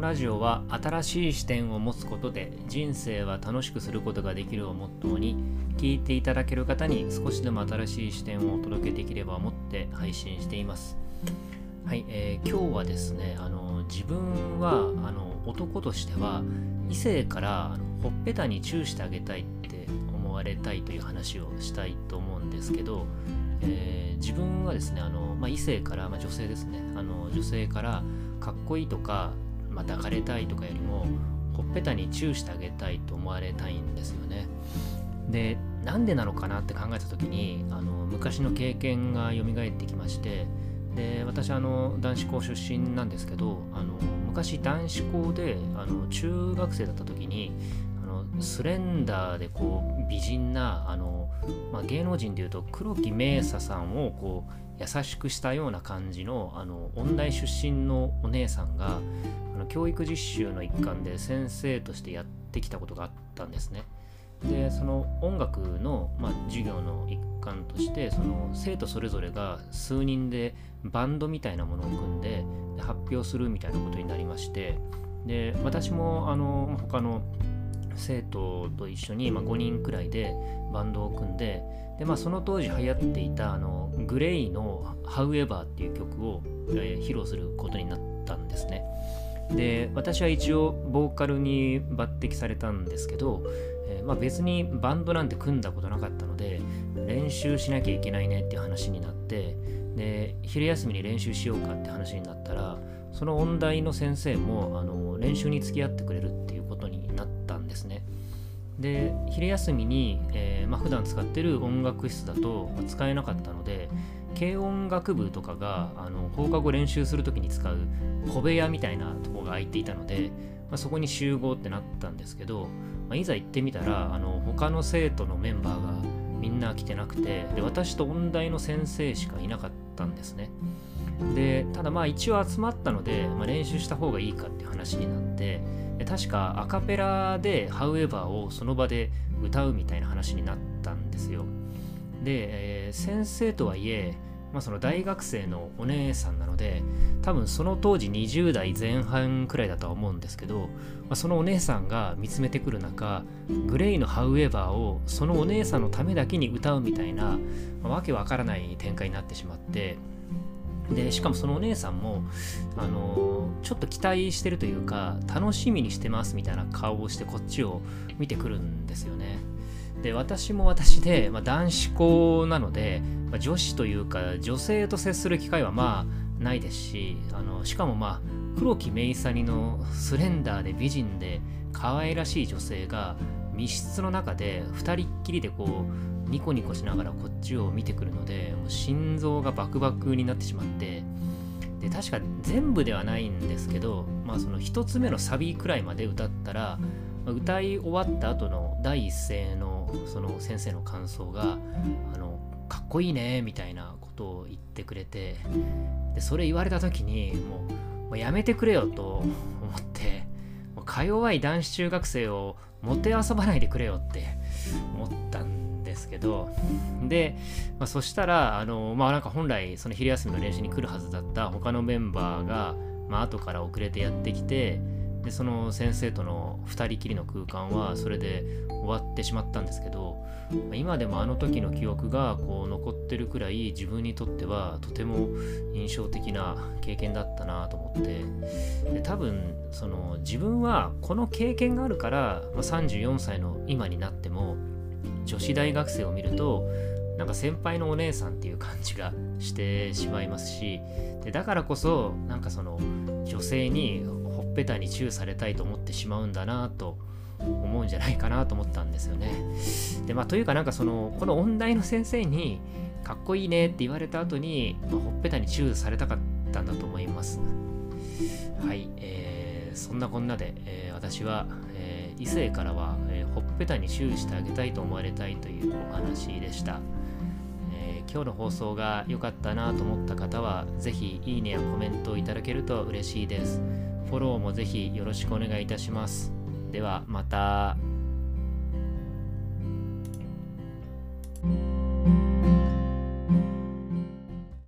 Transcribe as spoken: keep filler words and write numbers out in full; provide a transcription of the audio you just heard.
ラジオは新しい視点を持つことで人生は楽しくすることができるをモットーに、聞いていただける方に少しでも新しい視点をお届けできれば思って配信しています。はい、えー、今日はですね、あの自分はあの男としては異性からあのほっぺたにチューしてあげたいって思われたいという話をしたいと思うんですけど、えー、自分はですね、あの、まあ、異性から、まあ、女性ですね、あの女性からかっこいいとか、まあ、抱かれたいとかよりもほっぺたにチューしてあげたいと思われたいんですよね。で、なんでなのかなって考えた時に、あの昔の経験が蘇ってきまして、で私あの男子校出身なんですけど、あの昔男子校であの中学生だった時にあのスレンダーでこう美人なあの、まあ、芸能人でいうと黒木メイサさんをこう優しくしたような感じのあの音大出身のお姉さんがあの教育実習の一環で先生としてやってきたことがあったんですね。でその音楽の、まあ、授業の一環としてその生徒それぞれが数人でバンドみたいなものを組んで、で発表するみたいなことになりまして、で私もあの他の生徒と一緒に、まあ、ごにんくらいでバンドを組んで、で、まあ、その当時流行っていたあのグレイの However っていう曲を、えー、披露することになったんですね。で私は一応ボーカルに抜擢されたんですけど、えーまあ、別にバンドなんて組んだことなかったので練習しなきゃいけないねっていう話になって、で昼休みに練習しようかって話になったら、その音大の先生もあの練習に付き合ってくれるっていうことになったんですね。で昼休みに、えーまあ、普段使ってる音楽室だと使えなかったので、軽音楽部とかがあの放課後練習するときに使う小部屋みたいなところが空いていたので、まあ、そこに集合ってなったんですけど、まあ、いざ行ってみたらあの他の生徒のメンバーがみんな来てなくて、で私と音大の先生しかいなかったんですね。でただまあ一応集まったので、まあ、練習した方がいいかっていう話になって、確かアカペラで However をその場で歌うみたいな話になったんですよ。で、えー、先生とはいえ、まあ、その大学生のお姉さんなので、多分その当時にじゅう代前半くらいだとは思うんですけど、まあ、そのお姉さんが見つめてくる中、グレイの However をそのお姉さんのためだけに歌うみたいな、まあ、わけわからない展開になってしまって、でしかもそのお姉さんも、あのー、ちょっと期待してるというか楽しみにしてますみたいな顔をしてこっちを見てくるんですよね。で私も私で、まあ、男子校なので、まあ、女子というか女性と接する機会はまあないですし、あのしかもまあ黒木メイサニのスレンダーで美人で可愛らしい女性が密室の中で二人っきりでこうニコニコしながらこっちを見てくるので、もう心臓がバクバクになってしまって、で確か全部ではないんですけど、まあその一つ目のサビくらいまで歌ったら、歌い終わった後の第一声のその先生の感想が、あのかっこいいねみたいなことを言ってくれて、でそれ言われた時にもう、もうやめてくれよと思って、もうか弱い男子中学生をもてあそばないでくれよって思ったんですけど、で、まあ、そしたらあのまあなんか本来その昼休みの練習に来るはずだった他のメンバーが、まあ後から遅れてやってきて、でその先生とのふたりきりの空間はそれで終わってしまったんですけど、今でもあの時の記憶がこう残ってるくらい自分にとってはとても印象的な経験だったなと思って、で多分その自分はこの経験があるから、まあ、さんじゅうよんさいの今になっても女子大学生を見るとなんか先輩のお姉さんっていう感じがしてしまいますし、でだからこそなんかその女性にほっぺたにチューされたいと思ってしまうんだなと思うんじゃないかなと思ったんですよね。でまあというかなんかそのこの音大の先生にかっこいいねって言われた後に、まあ、ほっぺたにチューされたかったんだと思います。はい、えー、そんなこんなで、えー、私は、えー、異性からは、えー、ほっぺたにチューしてあげたいと思われたいというお話でした。えー、今日の放送が良かったなと思った方はぜひいいねやコメントをいただけると嬉しいです。フォローもぜひよろしくお願いいたします。ではまた。